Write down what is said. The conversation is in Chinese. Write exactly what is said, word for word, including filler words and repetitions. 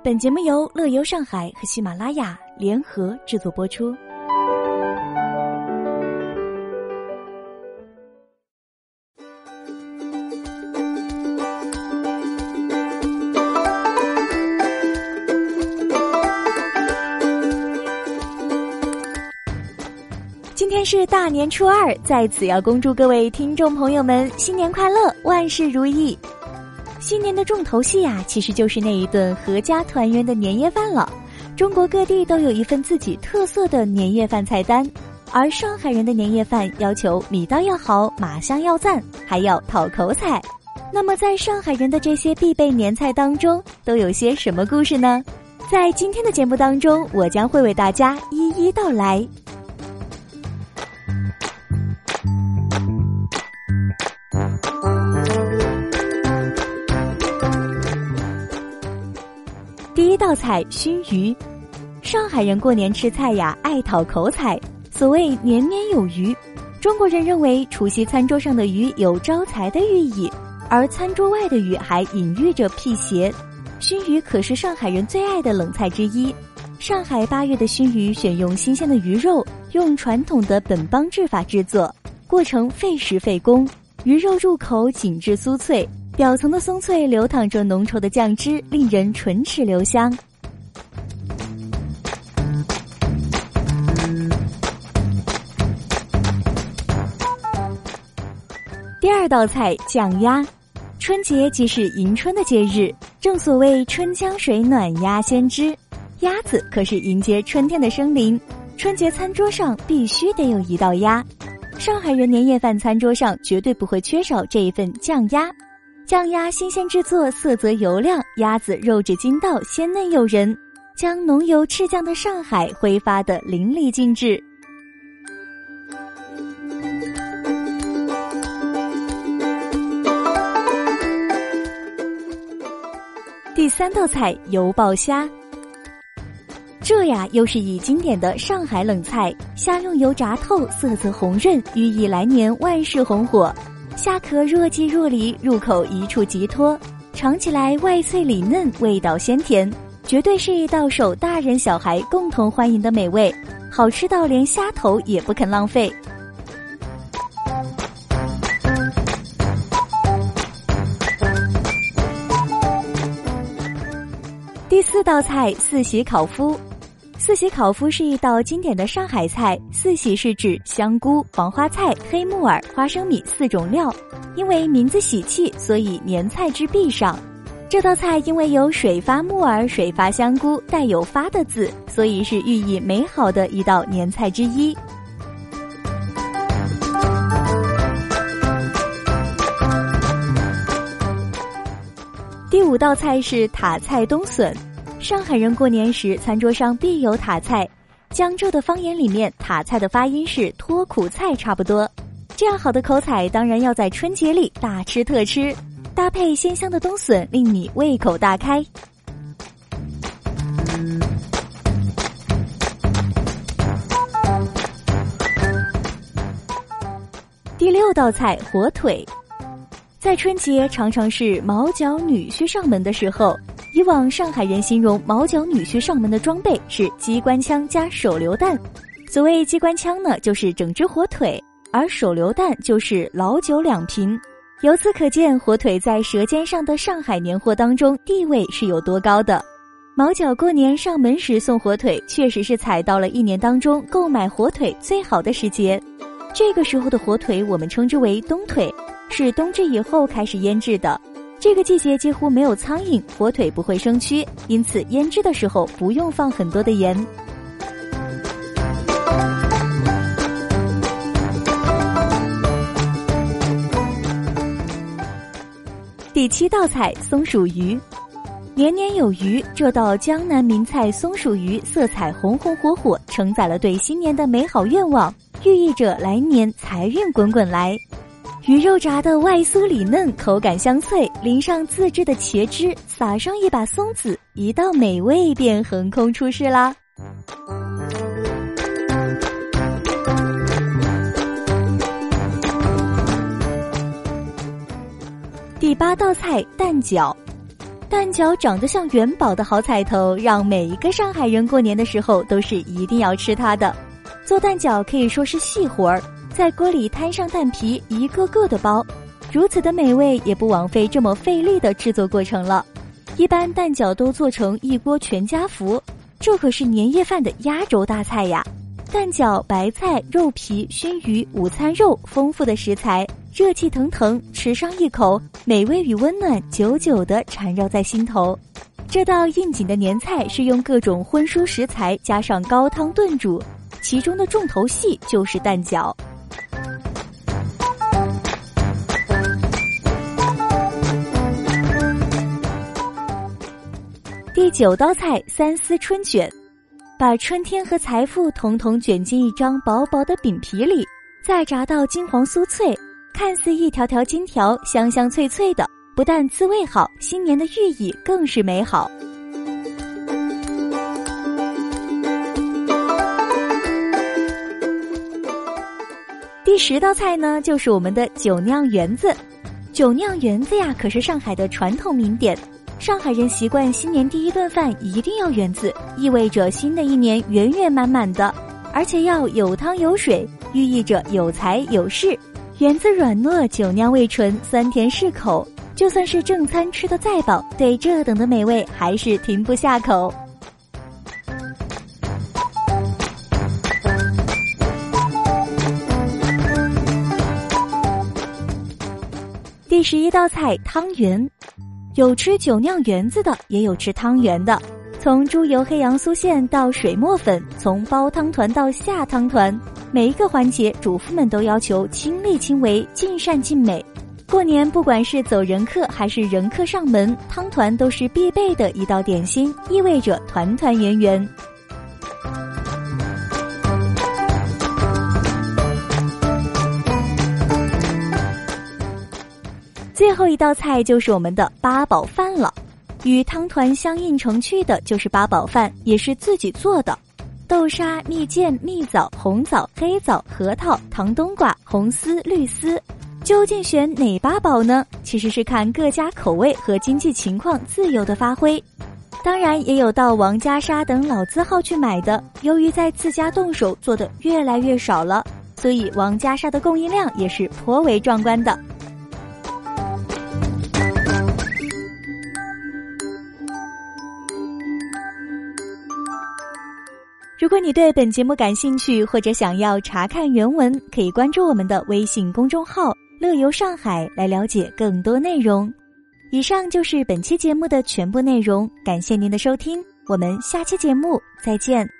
本节目由乐游上海和喜马拉雅联合制作播出。今天是大年初二，在此要恭祝各位听众朋友们新年快乐，万事如意。新年的重头戏呀、啊，其实就是那一顿阖家团圆的年夜饭了。中国各地都有一份自己特色的年夜饭菜单，而上海人的年夜饭要求米刀要好，马香要赞，还要讨口彩。那么在上海人的这些必备年菜当中，都有些什么故事呢？在今天的节目当中，我将会为大家一一道来。第一道菜熏鱼。上海人过年吃菜呀，爱讨口彩，所谓年年有余。中国人认为除夕餐桌上的鱼有招财的寓意，而餐桌外的鱼还隐喻着辟邪。熏鱼可是上海人最爱的冷菜之一。上海八月的熏鱼选用新鲜的鱼肉，用传统的本帮制法制作，过程费时费工。鱼肉入口紧致酥脆，表层的松脆流淌着浓稠的酱汁，令人唇齿留香。第二道菜酱鸭。春节即是迎春的节日，正所谓春江水暖鸭先知，鸭子可是迎接春天的生灵，春节餐桌上必须得有一道鸭。上海人年夜饭餐桌上绝对不会缺少这一份酱鸭。酱鸭新鲜制作，色泽油亮，鸭子肉质筋道，鲜嫩诱人，将浓油赤酱的上海挥发得淋漓尽致。第三道菜油爆虾。这呀又是以经典的上海冷菜，虾用油炸透，色泽红润，寓意来年万事红火。虾壳若即若离，入口一触即脱，尝起来外脆里嫩，味道鲜甜，绝对是一道受大人小孩共同欢迎的美味，好吃到连虾头也不肯浪费。第四道菜四喜烤麸。四喜烤麸是一道经典的上海菜，四喜是指香菇、黄花菜、黑木耳、花生米四种料，因为名字喜气，所以年菜之必上。这道菜因为有水发木耳、水发香菇，带有发的字，所以是寓意美好的一道年菜之一。第五道菜是塔菜冬笋。上海人过年时餐桌上必有塔菜，江浙的方言里面塔菜的发音是脱苦菜差不多。这样好的口彩当然要在春节里大吃特吃，搭配鲜香的冬笋，令你胃口大开。第六道菜火腿。在春节常常是毛脚女婿上门的时候，以往上海人形容毛脚女婿上门的装备是机关枪加手榴弹。所谓机关枪呢，就是整只火腿，而手榴弹就是老酒两瓶。由此可见，火腿在舌尖上的上海年货当中地位是有多高的。毛脚过年上门时送火腿，确实是踩到了一年当中购买火腿最好的时节。这个时候的火腿我们称之为冬腿，是冬至以后开始腌制的。这个季节几乎没有苍蝇，火腿不会生蛆，因此腌制的时候不用放很多的盐。第七道菜松鼠鱼。年年有余，这道江南名菜松鼠鱼色彩红红火火，承载了对新年的美好愿望，寓意着来年财运滚滚来。鱼肉炸的外酥里嫩，口感香脆，淋上自制的茄汁，撒上一把松子，一道美味便横空出世啦。第八道菜蛋饺。 蛋饺长得像元宝的好彩头，让每一个上海人过年的时候都是一定要吃它的。做蛋饺可以说是细活儿，在锅里摊上蛋皮，一个个的包，如此的美味也不枉费这么费力的制作过程了。一般蛋饺都做成一锅全家福，这可是年夜饭的压轴大菜呀。蛋饺、白菜、肉皮、熏鱼、午餐肉，丰富的食材，热气腾腾，吃上一口，美味与温暖久久地缠绕在心头。这道应景的年菜是用各种荤蔬食材加上高汤炖煮，其中的重头戏就是蛋饺。第九道菜，三丝春卷。把春天和财富统统卷进一张薄薄的饼皮里，再炸到金黄酥脆，看似一条条金条，香香脆脆的，不但滋味好，新年的寓意更是美好。第十道菜呢，就是我们的酒酿圆子。酒酿圆子呀，可是上海的传统名点。上海人习惯新年第一顿饭一定要圆子，意味着新的一年圆圆满满的，而且要有汤有水，寓意着有财有势。圆子软糯，酒酿味醇，酸甜适口，就算是正餐吃得再饱，对这等的美味还是停不下口。第十一道菜，汤圆。有吃酒酿圆子的，也有吃汤圆的。从猪油黑洋酥馅到水磨粉，从包汤团到下汤团，每一个环节主妇们都要求亲力亲为，尽善尽美。过年不管是走人客还是人客上门，汤团都是必备的一道点心，意味着团团圆圆。最后一道菜就是我们的八宝饭了，与汤团相映成趣的就是八宝饭，也是自己做的。豆沙、蜜饯、蜜枣、红枣、黑枣、核桃、糖冬瓜、红丝、绿丝，究竟选哪八宝呢？其实是看各家口味和经济情况自由的发挥。当然也有到王家沙等老字号去买的，由于在自家动手做的越来越少了，所以王家沙的供应量也是颇为壮观的。如果你对本节目感兴趣，或者想要查看原文，可以关注我们的微信公众号乐游上海来了解更多内容。以上就是本期节目的全部内容，感谢您的收听，我们下期节目再见。